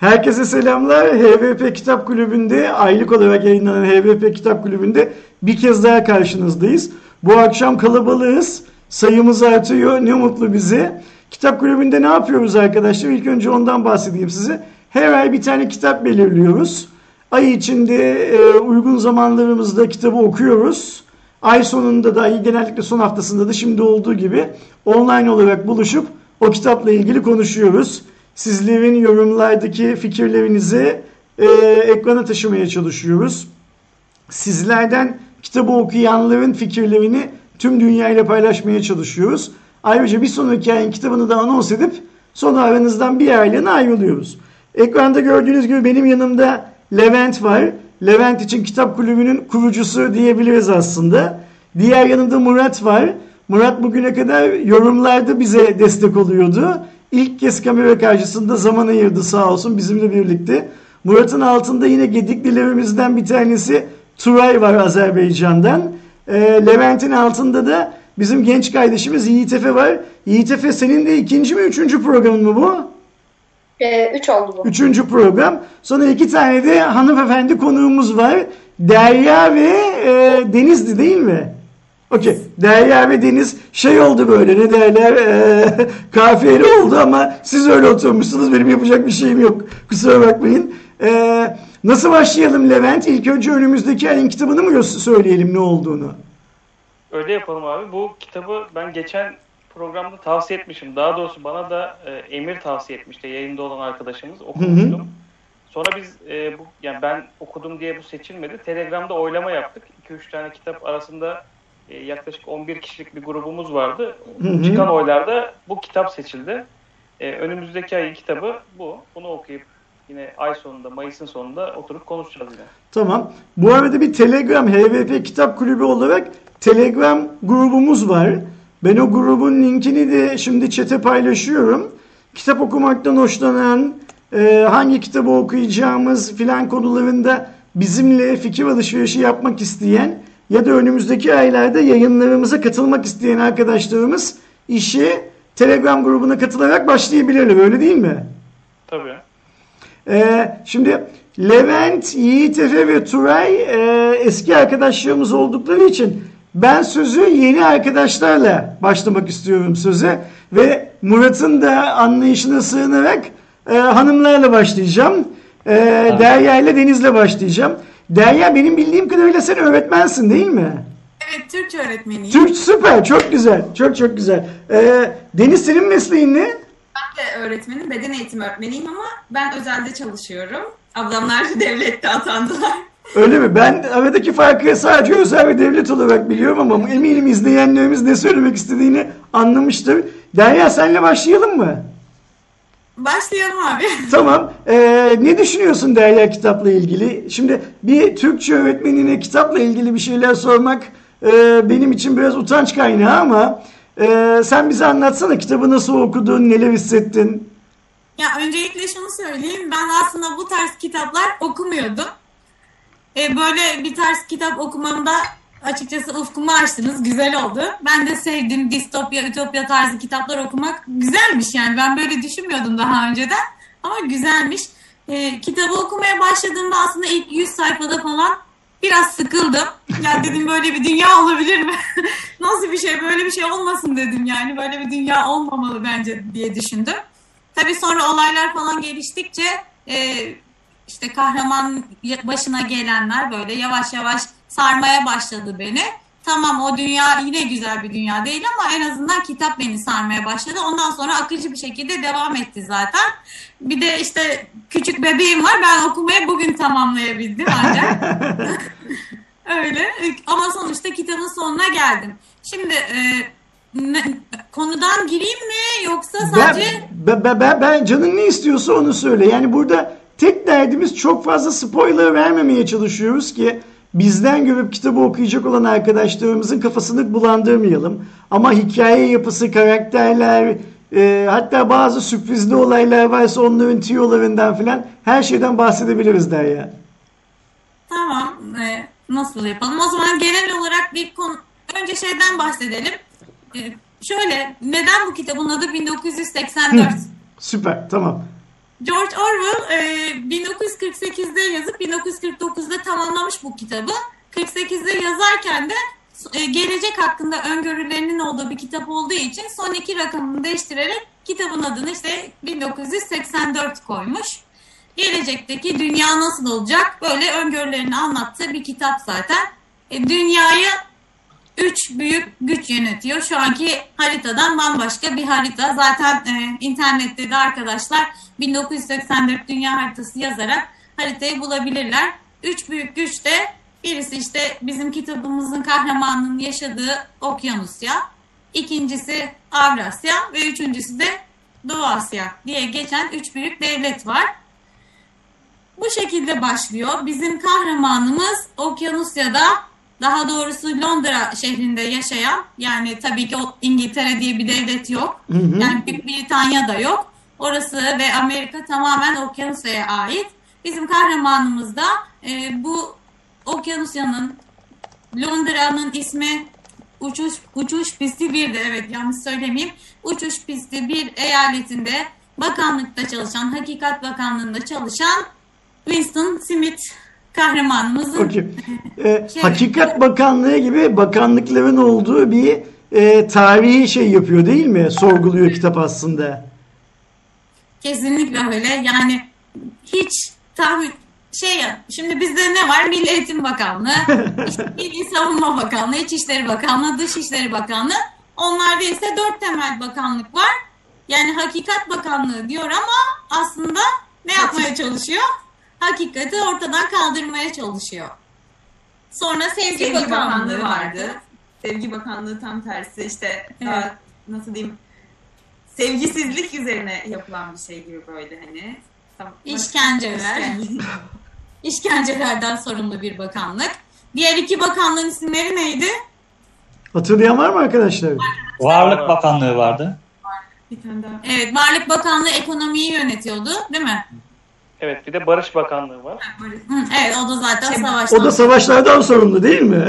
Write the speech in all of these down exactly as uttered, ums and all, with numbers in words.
Herkese selamlar. H V P Kitap Kulübü'nde, aylık olarak yayınlanan H V P Kitap Kulübü'nde bir kez daha karşınızdayız. Bu akşam kalabalığız. Sayımız artıyor. Ne mutlu bize. Kitap Kulübü'nde ne yapıyoruz arkadaşlar? İlk önce ondan bahsedeyim size. Her ay bir tane kitap belirliyoruz. Ay içinde e, uygun zamanlarımızda kitabı okuyoruz. Ay sonunda da, genellikle son haftasında da şimdi olduğu gibi online olarak buluşup o kitapla ilgili konuşuyoruz. Sizlerin yorumlardaki fikirlerinizi e, ekrana taşımaya çalışıyoruz. Sizlerden kitabı okuyanların fikirlerini tüm dünyayla paylaşmaya çalışıyoruz. Ayrıca bir sonraki ayın kitabını da anons edip sonra aranızdan bir aylığına ayrılıyoruz. Ekranda gördüğünüz gibi benim yanımda Levent var. Levent için Kitap Kulübü'nün kurucusu diyebiliriz aslında. Diğer yanımda Murat var. Murat bugüne kadar yorumlarda bize destek oluyordu. İlk kez kamera karşısında zaman ayırdı sağ olsun bizimle birlikte. Murat'ın altında yine gediklilerimizden bir tanesi Turay var Azerbaycan'dan. E, Levent'in altında da bizim genç kardeşimiz Yiğit Efe var. Yiğit Efe, senin de ikinci mi üçüncü programın mı bu? Ee, üç oldu bu. Üçüncü program. Sonra iki tane de hanımefendi konuğumuz var. Derya ve e, Deniz'di değil mi? Okey. Derya ve Deniz şey oldu böyle, ne derler, e, kafiyeli oldu ama siz öyle oturmuşsunuz. Benim yapacak bir şeyim yok. Kusura bakmayın. E, nasıl başlayalım Levent? İlk önce önümüzdeki ayın kitabını mı söyleyelim ne olduğunu? Öyle yapalım abi. Bu kitabı ben geçen programda tavsiye etmişim. Daha doğrusu bana da e, Emir tavsiye etmişti. Yayında olan arkadaşımız. Okumuştum. Hı hı. Sonra biz e, bu yani ben okudum diye bu seçilmedi. Telegram'da oylama yaptık. iki üç tane kitap arasında e, yaklaşık on bir kişilik bir grubumuz vardı. Hı hı. Çıkan oylarda bu kitap seçildi. E, önümüzdeki ayın kitabı bu. Bunu okuyup yine ay sonunda, Mayıs'ın sonunda oturup konuşacağız yine. Tamam. Bu arada bir Telegram, H V P Kitap Kulübü olarak Telegram grubumuz var. Ben o grubun linkini de şimdi chat'e paylaşıyorum. Kitap okumaktan hoşlanan, e, hangi kitabı okuyacağımız filan konularında bizimle fikir alışverişi yapmak isteyen ya da önümüzdeki aylarda yayınlarımıza katılmak isteyen arkadaşlarımız işe Telegram grubuna katılarak başlayabilirler. Öyle değil mi? Tabii. E, şimdi Levent, Yiğit Efe ve Turay e, eski arkadaşlarımız oldukları için ben sözü yeni arkadaşlarla başlamak istiyorum söze ve Murat'ın da anlayışına sığınarak e, hanımlarla başlayacağım. E, Derya ile Deniz'le başlayacağım. Derya, benim bildiğim kadarıyla sen öğretmensin değil mi? Evet, Türkçe öğretmeniyim. Türk, süper, çok güzel, çok çok güzel. E, Deniz, senin mesleğin ne? Ben de öğretmenim, beden eğitimi öğretmeniyim ama ben özelde çalışıyorum. Ablamlar devlette atandılar. Öyle mi? Ben aradaki farkı sadece özel ve devlet olarak biliyorum ama eminim izleyenlerimiz ne söylemek istediğini anlamıştır. Derya, senle başlayalım mı? Başlayalım abi. Tamam. Ee, ne düşünüyorsun Derya kitapla ilgili? Şimdi bir Türkçe öğretmenine kitapla ilgili bir şeyler sormak e, benim için biraz utanç kaynağı ama e, sen bize anlatsana, kitabı nasıl okudun, neler hissettin? Ya öncelikle şunu söyleyeyim. Ben aslında bu tarz kitaplar okumuyordum. E, böyle bir tarz kitap okumamda açıkçası ufkumu açtınız. Güzel oldu. Ben de sevdim, distopya, ütopya tarzı kitaplar okumak güzelmiş yani. Ben böyle düşünmüyordum daha önceden. Ama güzelmiş. E, kitabı okumaya başladığımda aslında ilk yüz sayfada falan biraz sıkıldım. Ya dedim, böyle bir dünya olabilir mi? Nasıl bir şey? Böyle bir şey olmasın dedim yani. Böyle bir dünya olmamalı bence diye düşündüm. Tabii sonra olaylar falan geliştikçe e, işte kahraman başına gelenler böyle yavaş yavaş sarmaya başladı beni. Tamam, o dünya yine güzel bir dünya değil ama en azından kitap beni sarmaya başladı. Ondan sonra akıcı bir şekilde devam etti zaten. Bir de işte küçük bebeğim var. Ben okumayı bugün tamamlayabildim ancak. Öyle. Ama sonuçta kitabın sonuna geldim. Şimdi e, ne, konudan gireyim mi yoksa sadece... Ben, ben, ben, ben canın ne istiyorsa onu söyle. Yani burada tek derdimiz çok fazla spoiler vermemeye çalışıyoruz ki bizden görüp kitabı okuyacak olan arkadaşlarımızın kafasını bulandırmayalım. Ama hikaye yapısı, karakterler, e, hatta bazı sürprizli olaylar varsa onların tüyolarından falan her şeyden bahsedebiliriz Derya. Tamam. E, nasıl yapalım? O zaman genel olarak bir konu... Önce şeyden bahsedelim. E, şöyle, neden bu kitabın adı bin dokuz yüz seksen dört? Süper, tamam. George Orwell e, bin dokuz yüz kırk sekizde yazıp bin dokuz yüz kırk dokuzda tamamlamış bu kitabı. kırk sekizde yazarken de e, gelecek hakkında öngörülerinin olduğu bir kitap olduğu için son iki rakamını değiştirerek kitabın adını işte bin dokuz yüz seksen dört koymuş. Gelecekteki dünya nasıl olacak? Böyle öngörülerini anlattığı bir kitap zaten. E, dünyayı üç büyük güç yönetiyor. Şu anki haritadan bambaşka bir harita. Zaten e, internette de arkadaşlar bin dokuz yüz seksen dört dünya haritası yazarak haritayı bulabilirler. Üç büyük güç de birisi işte bizim kitabımızın kahramanının yaşadığı Okyanusya. İkincisi Avrasya ve üçüncüsü de Doğu Asya diye geçen üç büyük devlet var. Bu şekilde başlıyor. Bizim kahramanımız Okyanusya'da, daha doğrusu Londra şehrinde yaşayan, yani tabii ki o İngiltere diye bir devlet yok. Hı hı. Yani Büyük Britanya da yok. Orası ve Amerika tamamen Okyanusya'ya ait. Bizim kahramanımız da e, bu Okyanusya'nın, Londra'nın ismi uçuş uçuş pisti birdi. Evet, yanlış söylemeyeyim. Uçuş pisti bir eyaletinde bakanlıkta çalışan, Hakikat Bakanlığı'nda çalışan Winston Smith kahramanımızın okay. ee, şey, Hakikat Bakanlığı gibi bakanlıkların olduğu bir e, tarihi şey yapıyor değil mi? Sorguluyor kitap aslında. Kesinlikle öyle. Yani hiç tahmin şey ya, şimdi bizde ne var? Milli Eğitim Bakanlığı, işte Milli Savunma Bakanlığı, İçişleri Bakanlığı, Dışişleri Bakanlığı. Onlarda ise dört temel bakanlık var. Yani Hakikat Bakanlığı diyor ama aslında ne yapmaya çalışıyor? Hakikati ortadan kaldırmaya çalışıyor. Sonra Sevgi, Sevgi Bakanlığı, Bakanlığı vardı. vardı. Sevgi Bakanlığı tam tersi, işte Evet. daha, nasıl diyeyim, sevgisizlik üzerine yapılan bir şey gibi, böyle hani. Tam, İşkenceler. İşkence. İşkencelerden sorumlu bir bakanlık. Diğer iki bakanlığın isimleri neydi? Hatırlayan var mı arkadaşlar? Varlık Bakanlığı vardı. Bir tane daha. Evet, Varlık Bakanlığı ekonomiyi yönetiyordu, değil mi? Evet, bir de Barış Bakanlığı var. Hı, evet, o da zaten Şey, savaştan. O da savaşlardan sorumlu değil mi?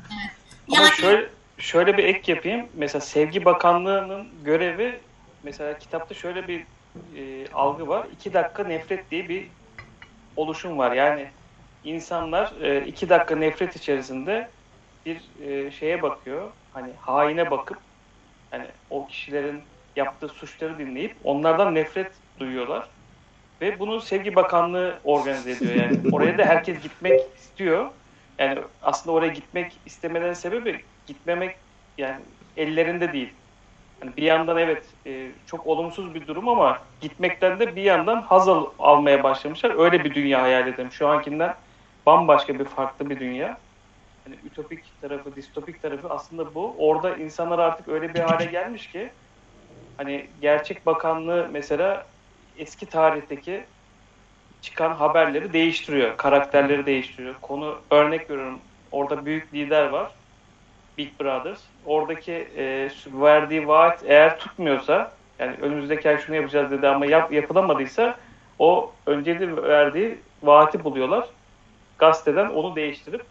Ama Yani- şöyle, şöyle bir ek yapayım. Mesela Sevgi Bakanlığı'nın görevi, mesela kitapta şöyle bir e, algı var. İki dakika nefret diye bir oluşum var. Yani insanlar e, iki dakika nefret içerisinde bir e, şeye bakıyor. Hani haine bakıp, hani o kişilerin yaptığı suçları dinleyip onlardan nefret duyuyorlar. Ve bunu Sevgi Bakanlığı organize ediyor yani. Oraya da herkes gitmek istiyor. Yani aslında oraya gitmek istemelerinin sebebi gitmemek, yani ellerinde değil. Yani bir yandan evet e, çok olumsuz bir durum ama gitmekten de bir yandan haz al- almaya başlamışlar. Öyle bir dünya hayal edelim. Şu ankinden bambaşka bir farklı bir dünya. Hani ütopik tarafı, distopik tarafı aslında bu. Orada insanlar artık öyle bir hale gelmiş ki hani gerçek bakanlığı mesela eski tarihteki çıkan haberleri değiştiriyor. Karakterleri değiştiriyor. Konu, örnek veriyorum. Orada büyük lider var. Big Brother. Oradaki e, verdiği vaat eğer tutmuyorsa, yani önümüzdeki ay şunu yapacağız dedi ama yap, yapılamadıysa o önceki verdiği vaati buluyorlar. Gazeteden onu değiştirip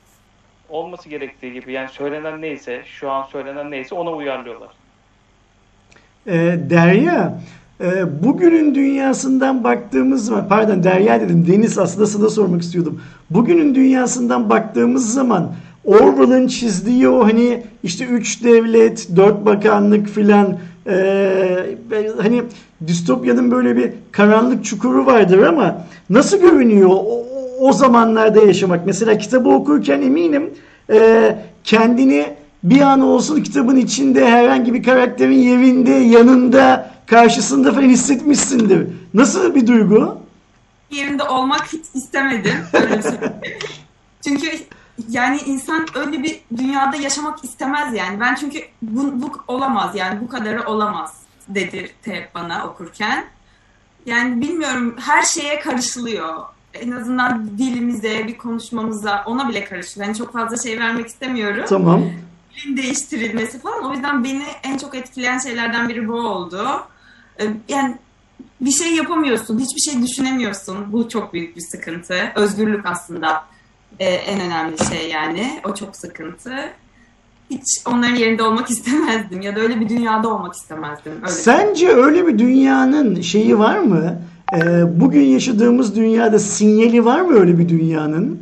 olması gerektiği gibi, yani söylenen neyse, şu an söylenen neyse ona uyarlıyorlar. Ee, Derya, e, bugünün dünyasından baktığımız zaman, pardon Derya dedim, Deniz, aslında sana sormak istiyordum. Bugünün dünyasından baktığımız zaman Orwell'ın çizdiği o hani işte üç devlet, dört bakanlık filan, e, hani distopyanın böyle bir karanlık çukuru vardır ama nasıl görünüyor o, o zamanlarda yaşamak? Mesela kitabı okurken eminim e, kendini bir an olsun kitabın içinde, herhangi bir karakterin yerinde, yanında, karşısında falan hissetmişsindir. Nasıl bir duygu? Yerinde olmak hiç istemedim. Öyle söyleyeyim. Çünkü yani insan öyle bir dünyada yaşamak istemez yani. Ben çünkü bu, bu olamaz yani, bu kadarı olamaz dedirtti hep bana okurken. Yani bilmiyorum, her şeye karışılıyor. En azından dilimize, bir konuşmamıza, ona bile karışılıyor. Yani çok fazla şey vermek istemiyorum. Tamam. Dilin değiştirilmesi falan. O yüzden beni en çok etkileyen şeylerden biri bu oldu. Yani bir şey yapamıyorsun, hiçbir şey düşünemiyorsun. Bu çok büyük bir sıkıntı. Özgürlük aslında e, en önemli şey yani. O çok sıkıntı. Hiç onların yerinde olmak istemezdim ya da öyle bir dünyada olmak istemezdim. Öyle Sence öyle bir dünyanın şeyi var mı? Ee, bugün yaşadığımız dünyada sinyali var mı öyle bir dünyanın?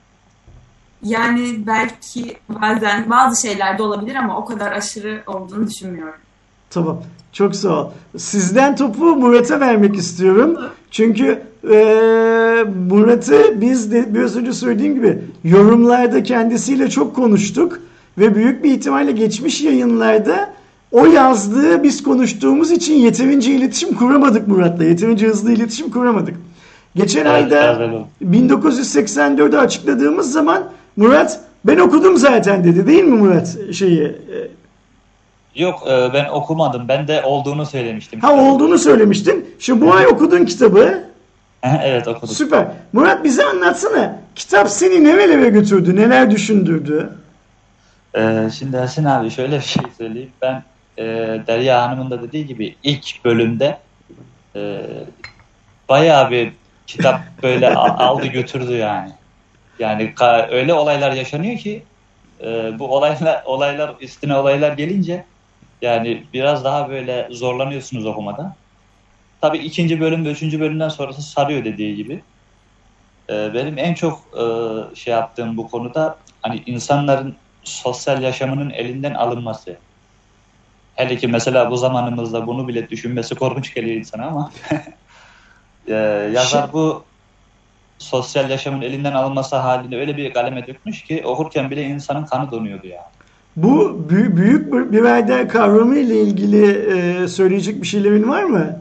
Yani belki bazen bazı şeylerde olabilir ama o kadar aşırı olduğunu düşünmüyorum. Tamam. Çok sağ ol. Sizden topu Murat'a vermek istiyorum. Çünkü eee Murat'ı biz de biraz önce söylediğim gibi yorumlarda kendisiyle çok konuştuk ve büyük bir ihtimalle geçmiş yayınlarda o yazdığı biz konuştuğumuz için yeterince iletişim kuramadık Murat'la. Yeterince hızlı iletişim kuramadık. Geçen Evet, ayda evet, evet. bin dokuz yüz seksen dördü açıkladığımız zaman Murat ben okudum zaten dedi değil mi Murat şeyi? e, Yok e, ben okumadım. Ben de olduğunu söylemiştim. Ha olduğunu söylemiştin. Şimdi bu ay okudun kitabı. Evet okudum. Süper. Murat bize anlatsana. Kitap seni nerelere götürdü? Neler düşündürdü? E, şimdi Ersin abi şöyle bir şey söyleyeyim. Ben e, Derya Hanım'ın da dediği gibi ilk bölümde e, bayağı bir kitap böyle a- aldı götürdü yani. Yani ka- öyle olaylar yaşanıyor ki e, bu olaylar olaylar üstüne olaylar gelince yani biraz daha böyle zorlanıyorsunuz okumada. Tabii ikinci bölüm ve üçüncü bölümden sonrası sarıyor dediği gibi. Ee, benim en çok e, şey yaptığım bu konuda hani insanların sosyal yaşamının elinden alınması. Hele ki mesela bu zamanımızda bunu bile düşünmesi korkunç geliyor insana ama e, yazar bu sosyal yaşamın elinden alınması halini öyle bir kaleme dökmüş ki okurken bile insanın kanı donuyordu yani. Bu bü- büyük bir birader kavramı ile ilgili e, söyleyecek bir şeylerin var mı?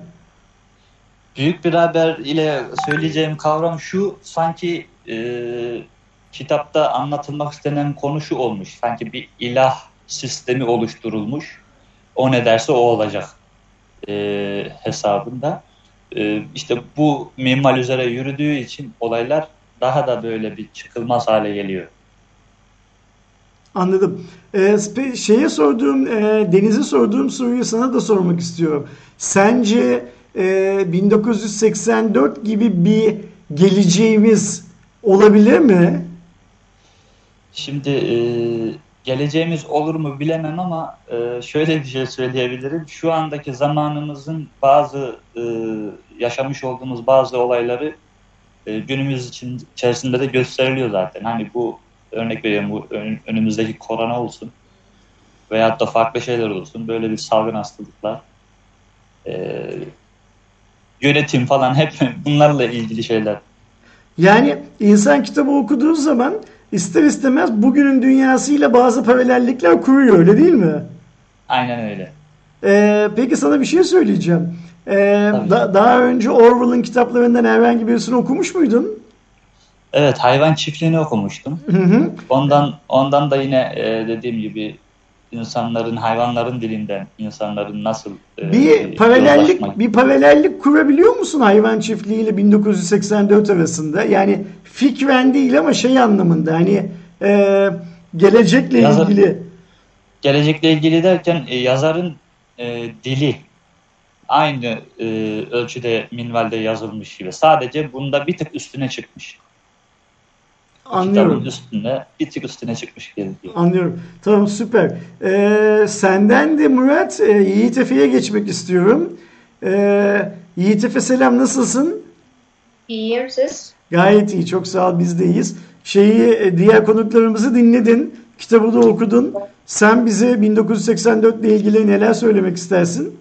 Büyük birader ile söyleyeceğim kavram şu, sanki e, kitapta anlatılmak istenen konu şu olmuş. Sanki bir ilah sistemi oluşturulmuş. O ne derse o olacak e, hesabında. E, işte bu minval üzere yürüdüğü için olaylar daha da böyle bir çıkılmaz hale geliyor. Anladım. E, spe- şeye sorduğum, e, Deniz'e sorduğum soruyu sana da sormak istiyorum. Sence e, bin dokuz yüz seksen dört gibi bir geleceğimiz olabilir mi? Şimdi e, geleceğimiz olur mu bilemem ama e, şöyle bir şey söyleyebilirim. Şu andaki zamanımızın bazı e, yaşamış olduğumuz bazı olayları e, günümüz için içerisinde de gösteriliyor zaten. Hani bu örnek veriyorum bu ön- önümüzdeki korona olsun veyahut da farklı şeyler olsun. Böyle bir salgın hastalıklar, e, yönetim falan hep bunlarla ilgili şeyler. Yani insan kitabı okuduğu zaman ister istemez bugünün dünyasıyla bazı paralellikler kuruyor öyle değil mi? Aynen öyle. Ee, peki sana bir şey söyleyeceğim. Ee, Tabii. da- daha önce Orwell'ın kitaplarından herhangi birisini okumuş muydun? Evet, Hayvan Çiftliği'ni okumuştum. Hı hı. Ondan ondan da yine e, dediğim gibi insanların, hayvanların dilinden insanların nasıl e, Bir paralellik yozlaşma- bir paralellik kurabiliyor musun hayvan çiftliği ile bin dokuz yüz seksen dört arasında? Yani fikren değil ama şey anlamında hani e, gelecekle Yazar- ilgili. gelecekle ilgili derken e, yazarın e, dili aynı e, ölçüde minvalde yazılmış gibi. Sadece bunda bir tık üstüne çıkmış. Kitabın Anlıyorum. üstünde bir tık üstüne çıkmış gibi. Anlıyorum. Tamam süper. Ee, senden de Murat e, Yiğit Efe'ye geçmek istiyorum. Ee, Yiğit Efe selam nasılsın? İyiyim siz. Gayet iyi. Çok sağ ol. Biz de iyiyiz. Şeyi e, diğer konuklarımızı dinledin. Kitabı da okudun. Sen bize bin dokuz yüz seksen dört ile ilgili neler söylemek istersin?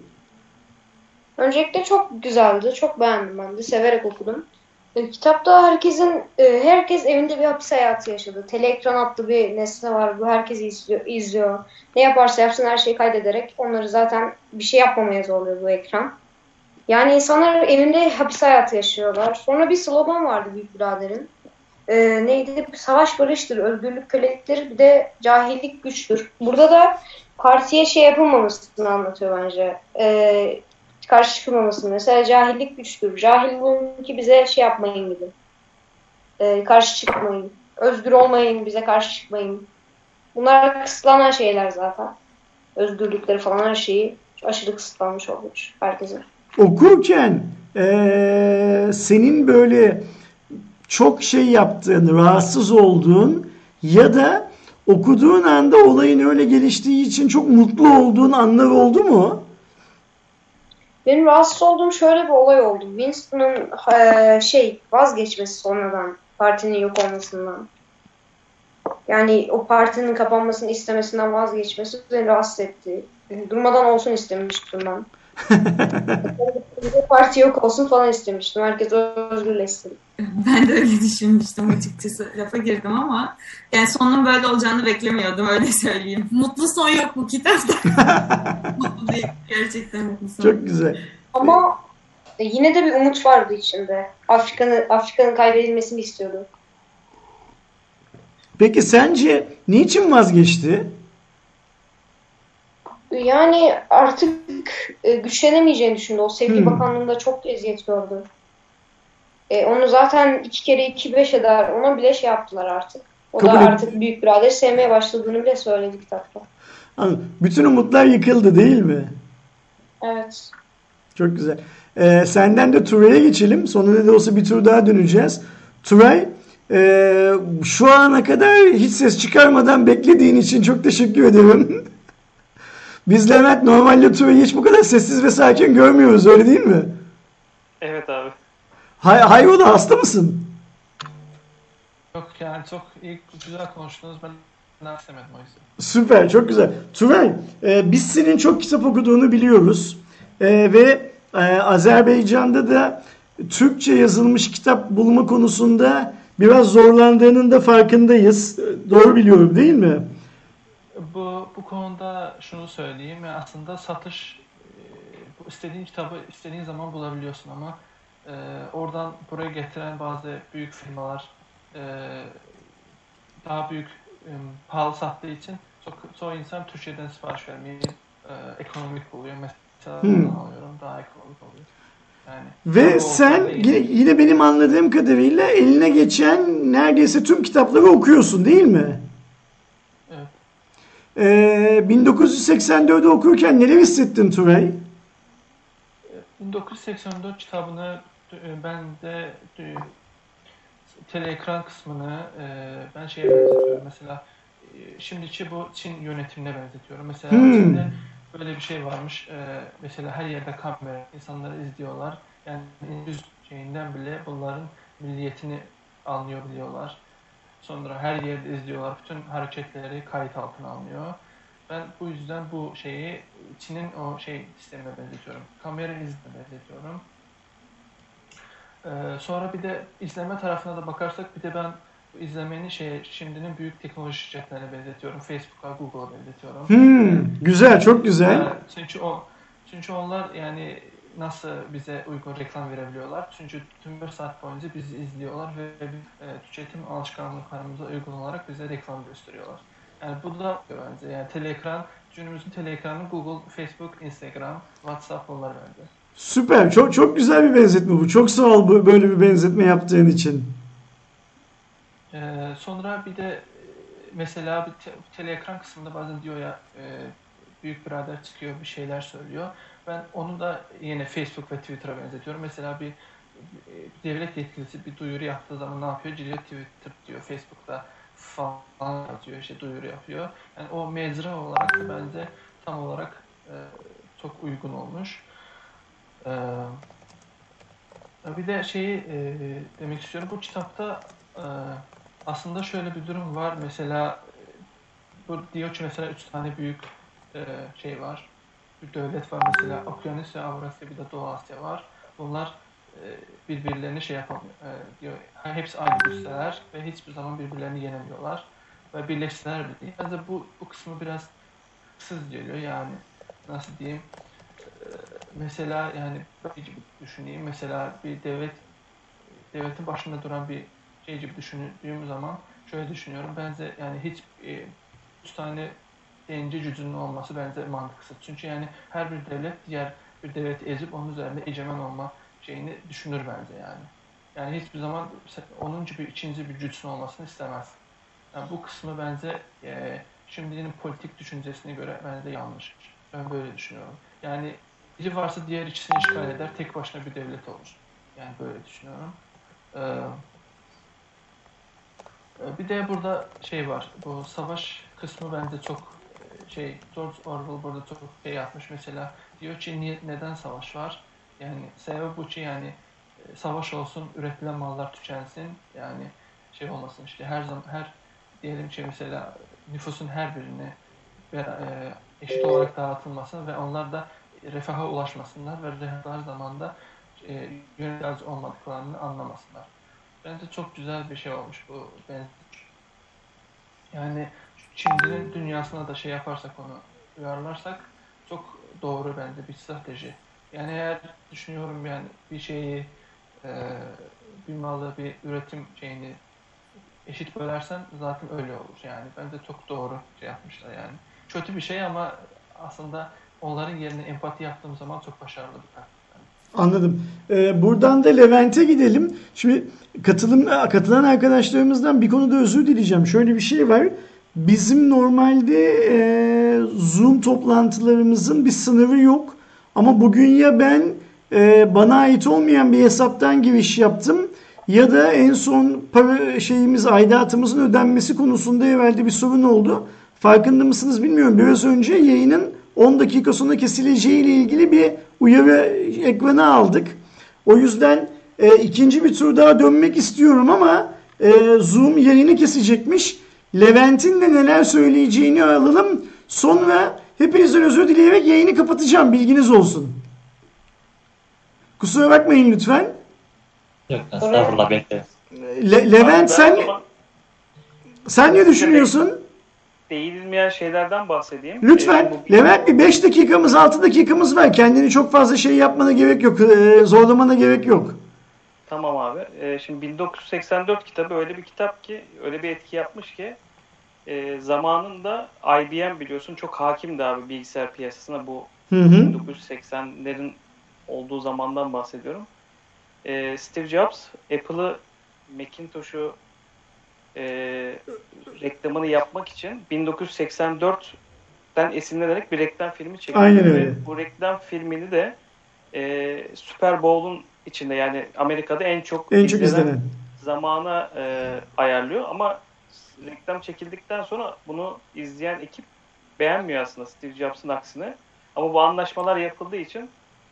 Öncelikle çok güzeldi. Çok beğendim ben de. Severek okudum. E, Kitapta herkesin, e, herkes evinde bir hapis hayatı yaşadı. Teleekran adlı bir nesne var. Bu herkes izliyor, izliyor. Ne yaparsa yapsın her şeyi kaydederek onları zaten bir şey yapmamaya zorluyor bu ekran. Yani insanlar evinde hapis hayatı yaşıyorlar. Sonra bir slogan vardı Büyük Birader'in. E, neydi? Savaş barıştır, özgürlük köleliktir, bir de cahillik güçtür. Burada da partiye şey yapılmamasını anlatıyor bence. E, karşı çıkılmamasını. Mesela cahillik güçtür. Cahil olun ki bize şey yapmayın gibi. E, karşı çıkmayın. Özgür olmayın, bize karşı çıkmayın. Bunlar kısıtlanan şeyler zaten. Özgürlükleri falan her şeyi aşırı kısıtlanmış olmuş herkese. Okurken e, senin böyle çok şey yaptığın, rahatsız olduğun ya da okuduğun anda olayın öyle geliştiği için çok mutlu olduğun anlar oldu mu? Benim rahatsız olduğum şöyle bir olay oldu. Winston'ın e, şey vazgeçmesi sonradan partinin yok olmasından. Yani o partinin kapanmasını istemesinden vazgeçmesi beni rahatsız etti. Durmadan olsun istemiştim ben. Parti yok olsun falan istemiştim. Herkes özgürleşsin. Ben de öyle düşünmüştüm açıkçası. Lafa girdim ama yani sonunun böyle olacağını beklemiyordum, öyle söyleyeyim. Mutlu son yok bu kitapta. Mutlu değil. Gerçekten mutlu son. Çok güzel. Ama e, yine de bir umut vardı içinde. Afrika'nın Afrika'nın kaybedilmesini istiyordu. Peki sence niçin vazgeçti? Yani artık e, güçlenemeyeceğini düşündü. O Sevgi Hmm. Bakanlığı'nda çok eziyet gördü. E, onu zaten iki kere iki beş eder. Ona bile şey yaptılar artık. O Kabul da et- artık büyük birader sevmeye başladığını bile söyledi kitapta. Anladım. Bütün umutlar yıkıldı değil mi? Evet. Çok güzel. Ee, senden de Turay'a geçelim. Sonunda da olsa bir tur daha döneceğiz. Turay, e, şu ana kadar hiç ses çıkarmadan beklediğin için çok teşekkür ederim. Biz Levent normalde Turay'ı hiç bu kadar sessiz ve sakin görmüyoruz, öyle değil mi? Evet abi. Hay hayrola, hasta mısın? Yok yani çok iyi, güzel konuştunuz. Ben ben istemedim o yüzden. Süper, çok güzel. Turay, e, biz senin çok kitap okuduğunu biliyoruz. E, ve e, Azerbaycan'da da Türkçe yazılmış kitap bulma konusunda biraz zorlandığının da farkındayız. E, Doğru biliyorum değil mi? Bu bu konuda şunu söyleyeyim. Yani aslında satış, e, bu istediğin kitabı istediğin zaman bulabiliyorsun ama e, oradan buraya getiren bazı büyük firmalar e, daha büyük e, pahalı sattığı için çok çoğu insan Türkçeden sipariş vermeyi e, ekonomik buluyor. Mesela Hmm. buradan alıyorum, daha ekonomik oluyor. Yani Ve bu sen ortamda yine, yine benim anladığım kadarıyla eline geçen neredeyse tüm kitapları okuyorsun değil mi? Evet. Ee, bin dokuz yüz seksen dördü okurken neler hissettin Turay? bin dokuz yüz seksen dört kitabını e, ben de e, teleekran kısmını e, ben şeye benzetiyorum. Mesela e, şimdiki bu Çin yönetimine benzetiyorum. Mesela Hmm. Çin'de böyle bir şey varmış. E, mesela her yerde kamera, insanları izliyorlar. Yani yüz şeyinden bile bunların milliyetini anlayabiliyorlar. Sonra her yerde izliyorlar. Bütün hareketleri kayıt altına alınıyor. Ben bu yüzden bu şeyi Çin'in o şey sistemine benzetiyorum. Kamera izine benzetiyorum. Ee, sonra bir de izleme tarafına da bakarsak bir de ben bu izlemenin şey şimdinin büyük teknoloji şirketlerine benzetiyorum. Facebook'a, Google'a benzetiyorum. Hmm, güzel, çok güzel. Ee, çünkü o çünkü onlar yani nasıl bize uygun reklam verebiliyorlar? Çünkü tüm bir saat boyunca bizi izliyorlar ve bir, e, tüketim alışkanlıklarımıza uygun olarak bize reklam gösteriyorlar. Yani bu da bence yani teleekran, günümüzün teleekranı Google, Facebook, Instagram, WhatsApp bunlar bence. Süper, çok çok güzel bir benzetme bu. Çok sağ ol bu- böyle bir benzetme yaptığın için. Ee, sonra bir de e, mesela bir te- teleekran kısmında bazen diyor ya e, büyük birader çıkıyor bir şeyler söylüyor. Ben onu da yine Facebook ve Twitter'a benzetiyorum. Mesela bir, bir devlet yetkilisi bir duyuru yaptığı zaman ne yapıyor? Giriyor Twitter diyor, Facebook'ta falan atıyor, işte duyuru yapıyor. Yani o mecra olarak da bence tam olarak e, çok uygun olmuş. Ee, bir de şeyi e, demek istiyorum. Bu kitapta e, aslında şöyle bir durum var. Mesela e, bu diyor ki mesela üç tane büyük e, şey var. Bir devlet var mesela Okyanusya, Avrasya bir de Doğu Asya var. Bunlar e, birbirlerini şey yapamıyor. E, diyor hepsi aynı güçler ve hiçbir zaman birbirlerini yenemiyorlar ve birleşseler bile değil. Bence bu bu kısmı biraz haksız geliyor yani nasıl diyeyim? Mesela yani böyle gibi düşüneyim. Mesela bir devlet devletin başında duran bir şey gibi düşündüğüm zaman şöyle düşünüyorum. Bence yani hiç e, üç tane denci gücünün olması bence mantıksız. Çünkü yani her bir devlet diğer bir devleti ezip onun üzerinde egemen olma şeyini düşünür bence yani. Yani hiçbir zaman onun gibi ikinci bir güçün olmasını istemez. Yani bu kısmı bence e, şimdinin politik düşüncesine göre bence yanlış. Ben böyle düşünüyorum. Yani biri varsa diğer ikisini işgal eder, tek başına bir devlet olur. Yani böyle düşünüyorum. Ee, bir de burada şey var, bu savaş kısmı bence çok şey, George Orwell burada çok şey yapmış. Mesela diyor ki niye, neden savaş var? Yani sebebi bu ki yani e, savaş olsun, üretilen mallar tükensin. Yani şey olmasın işte her zaman her diyelim ki mesela nüfusun her birine ve, e, eşit olarak dağıtılmasın ve onlar da refaha ulaşmasınlar ve refah zamanda e, yönetici olmadıklarını anlamasınlar. Bence çok güzel bir şey olmuş bu. Ben, yani şimdinin dünyasına da şey yaparsak onu uyarlarsak çok doğru bence bir strateji. Yani eğer düşünüyorum yani bir şeyi e, bir malı bir üretim şeyini eşit bölersen zaten öyle olur yani. Bence çok doğru şey yapmışlar yani. Kötü bir şey ama aslında onların yerine empati yaptığım zaman çok başarılı bir taktik. Anladım. Ee, buradan da Levent'e gidelim. Şimdi katılım katılan arkadaşlarımızdan bir konuda özür dileyeceğim. Şöyle bir şey var. Bizim normalde e, Zoom toplantılarımızın bir sınırı yok. Ama bugün ya ben e, bana ait olmayan bir hesaptan giriş yaptım ya da en son para şeyimiz aidatımızın ödenmesi konusunda evvelde bir sorun oldu. Farkında mısınız bilmiyorum. Biraz önce yayının on dakika sonra kesileceği ile ilgili bir uyarı ekranı aldık. O yüzden e, ikinci bir tur daha dönmek istiyorum ama e, Zoom yayını kesecekmiş. Levent'in de neler söyleyeceğini alalım. Sonra hepinizden özür dileyerek yayını kapatacağım. Bilginiz olsun. Kusura bakmayın lütfen. Yok estağfurullah bekle. Le- Levent sen sen ne düşünüyorsun? Değinilmeyen şeylerden bahsedeyim. Lütfen. Ee, bu- Levent bir beş dakikamız altı dakikamız var. Kendini çok fazla şey yapmana gerek yok. Ee, zorlamana gerek yok. Tamam abi. Ee, şimdi bin dokuz yüz seksen dört kitabı öyle bir kitap ki, öyle bir etki yapmış ki e, zamanında I B M biliyorsun çok hakimdi abi bilgisayar piyasasına. Bu Hı hı. bin dokuz yüz seksenlerin olduğu zamandan bahsediyorum. Ee, Steve Jobs Apple'ı, Macintosh'u e, reklamını yapmak için bin dokuz yüz seksen dörtten esinlenerek bir reklam filmi çekti. Aynen Ve öyle. bu reklam filmini de e, Super Bowl'un içinde, yani Amerika'da en çok En çok izlenen izlenen. zamana e, ayarlıyor ama reklam çekildikten sonra bunu izleyen ekip beğenmiyor aslında, Steve Jobs'ın aksine. Ama bu anlaşmalar yapıldığı için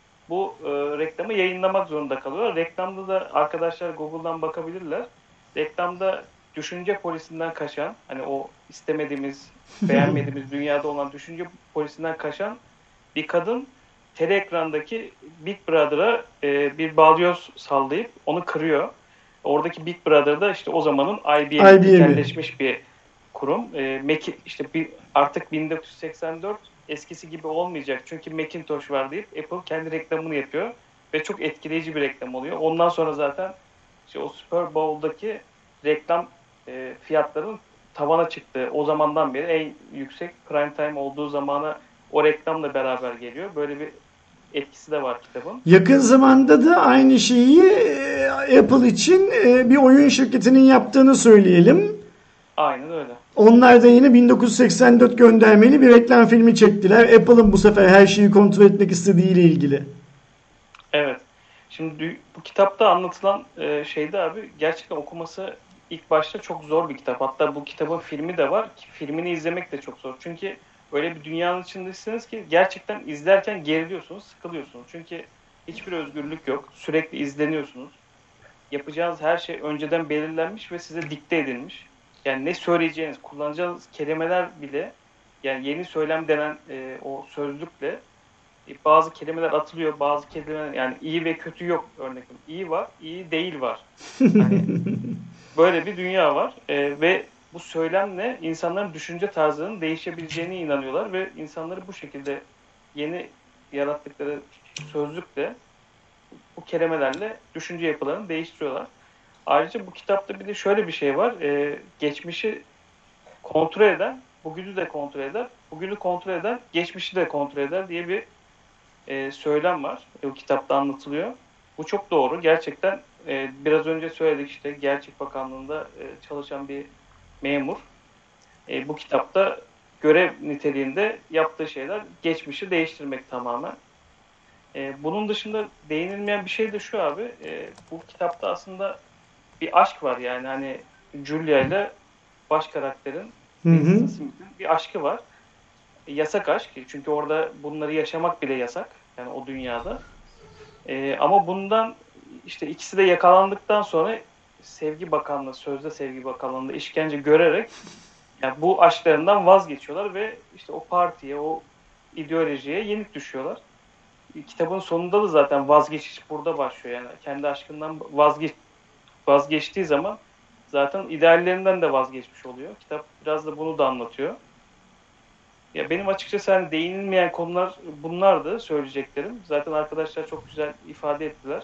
bu e, reklamı yayınlamak zorunda kalıyor. Reklamda da arkadaşlar Google'dan bakabilirler. Reklamda düşünce polisinden kaçan, hani o istemediğimiz, beğenmediğimiz dünyada olan düşünce polisinden kaçan bir kadın tele ekrandaki Big Brother'a e, bir balyoz sallayıp onu kırıyor. Oradaki Big Brother da işte o zamanın I B I B M'i. M'yi bir kurum. E, Mac, işte bir, artık bin dokuz yüz seksen dört eskisi gibi olmayacak. Çünkü Macintosh var deyip Apple kendi reklamını yapıyor. Ve çok etkileyici bir reklam oluyor. Ondan sonra zaten işte o Super Bowl'daki reklam e, fiyatların tavana çıktı. O zamandan beri en yüksek prime time olduğu zamana o reklamla beraber geliyor. Böyle bir etkisi de var kitabın. Yakın zamanda da aynı şeyi e, Apple için e, bir oyun şirketinin yaptığını söyleyelim. Aynen öyle. Onlar da yine bin dokuz yüz seksen dört göndermeli bir reklam filmi çektiler. Apple'ın bu sefer her şeyi kontrol etmek istediğiyle ilgili. Evet. Şimdi bu kitapta anlatılan e, şeyde abi gerçekten okuması ilk başta çok zor bir kitap. Hatta bu kitabın filmi de var. Filmini izlemek de çok zor. Çünkü öyle bir dünyanın içindesiniz ki gerçekten izlerken geriliyorsunuz, sıkılıyorsunuz. Çünkü hiçbir özgürlük yok. Sürekli izleniyorsunuz. Yapacağınız her şey önceden belirlenmiş ve size dikte edilmiş. Yani ne söyleyeceğiniz, kullanacağınız kelimeler bile, yani yeni söylem denen e, o sözlükle e, bazı kelimeler atılıyor, bazı kelimeler, yani iyi ve kötü yok örneğin. İyi var, iyi değil var. Hani böyle bir dünya var e, ve bu söylemle insanların düşünce tarzının değişebileceğine inanıyorlar ve insanları bu şekilde yeni yarattıkları sözlükle, bu kelimelerle düşünce yapılarını değiştiriyorlar. Ayrıca bu kitapta bir de şöyle bir şey var. E, geçmişi kontrol eden, bugünü de kontrol eder, bugünü kontrol eder, geçmişi de kontrol eder diye bir e, söylem var. E, bu kitapta anlatılıyor. Bu çok doğru. Gerçekten e, biraz önce söyledik işte Gerçek Bakanlığı'nda e, çalışan bir memur. E, bu kitapta görev niteliğinde yaptığı şeyler geçmişi değiştirmek tamamen. E, bunun dışında değinilmeyen bir şey de şu abi. E, bu kitapta aslında bir aşk var, yani hani Julia ile baş karakterin Hı hı. Smith'in bir aşkı var. E, yasak aşk. Çünkü orada bunları yaşamak bile yasak. Yani o dünyada. E, ama bundan işte ikisi de yakalandıktan sonra Sevgi Bakanlığı, sözde Sevgi Bakanlığı'nda işkence görerek yani bu aşklarından vazgeçiyorlar ve işte o partiye, o ideolojiye yenik düşüyorlar. Kitabın sonunda da zaten vazgeçiş burada başlıyor. Yani kendi aşkından vazgeç vazgeçtiği zaman zaten ideallerinden de vazgeçmiş oluyor. Kitap biraz da bunu da anlatıyor. Ya benim açıkçası hani değinilmeyen konular bunlardı söyleyeceklerim. Zaten arkadaşlar çok güzel ifade ettiler.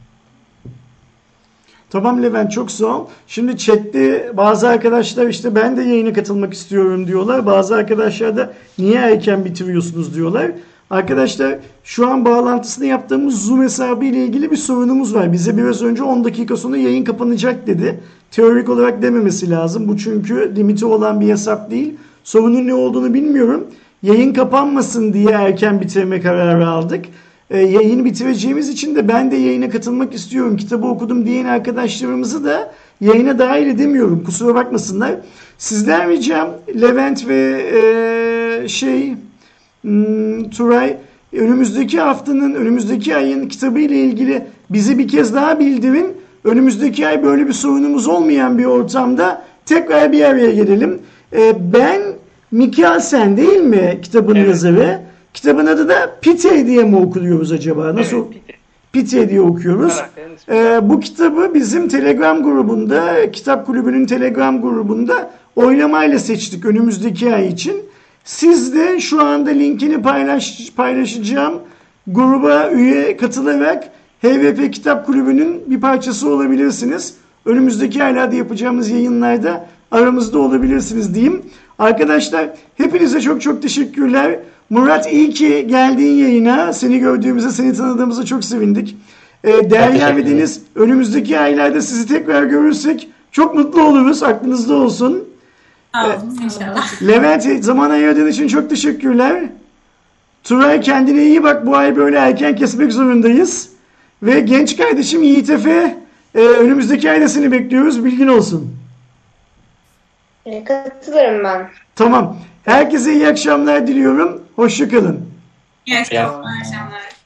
Tamam Levent, çok sağ ol. Şimdi chatte bazı arkadaşlar işte ben de yayına katılmak istiyorum diyorlar. Bazı arkadaşlar da niye erken bitiriyorsunuz diyorlar. Arkadaşlar şu an bağlantısını yaptığımız Zoom hesabı ile ilgili bir sorunumuz var. Bize biraz önce on dakika sonra yayın kapanacak dedi. Teorik olarak dememesi lazım. Bu çünkü limiti olan bir hesap değil. Sorunun ne olduğunu bilmiyorum. Yayın kapanmasın diye erken bitirme kararı aldık. E, yayını bitireceğimiz için de ben de yayına katılmak istiyorum. Kitabı okudum diyen arkadaşlarımızı da yayına dahil edemiyorum. Kusura bakmasınlar. Sizden ricam Levent ve e, şey hmm, Turay, önümüzdeki haftanın, önümüzdeki ayın kitabı ile ilgili bizi bir kez daha bildirin. Önümüzdeki ay böyle bir sorunumuz olmayan bir ortamda tekrar bir araya gelelim. E, ben Mikkelsen değil mi kitabın Evet. yazarı? Kitabın adı da Pite diye mi okuyoruz acaba? Nasıl? Evet, Pite. Pite diye okuyoruz. Karakterin ismi. Ee, bu kitabı bizim Telegram grubunda, Kitap Kulübü'nün Telegram grubunda oylamayla seçtik önümüzdeki ay için. Siz de şu anda linkini paylaş, paylaşacağım gruba üye katılarak H V P Kitap Kulübü'nün bir parçası olabilirsiniz. Önümüzdeki aylarda yapacağımız yayınlarda aramızda olabilirsiniz diyeyim. Arkadaşlar hepinize çok çok teşekkürler. Murat, iyi ki geldiğin yayına. Seni gördüğümüzde, seni tanıdığımıza çok sevindik. Ee, Derya ve Deniz, önümüzdeki aylarda sizi tekrar görürsek çok mutlu oluruz. Aklınızda olsun. Sağ olun inşallah. Levent, zaman ayırdığın için çok teşekkürler. Turay, kendine iyi bak. Bu ay böyle erken kesmek zorundayız. Ve genç kardeşim Yiğit Efe, e, önümüzdeki ayda seni bekliyoruz. Bilgin olsun. E, katılırım ben. Tamam. Herkese iyi akşamlar diliyorum. Hoşça kalın. İyi Ya. akşamlar.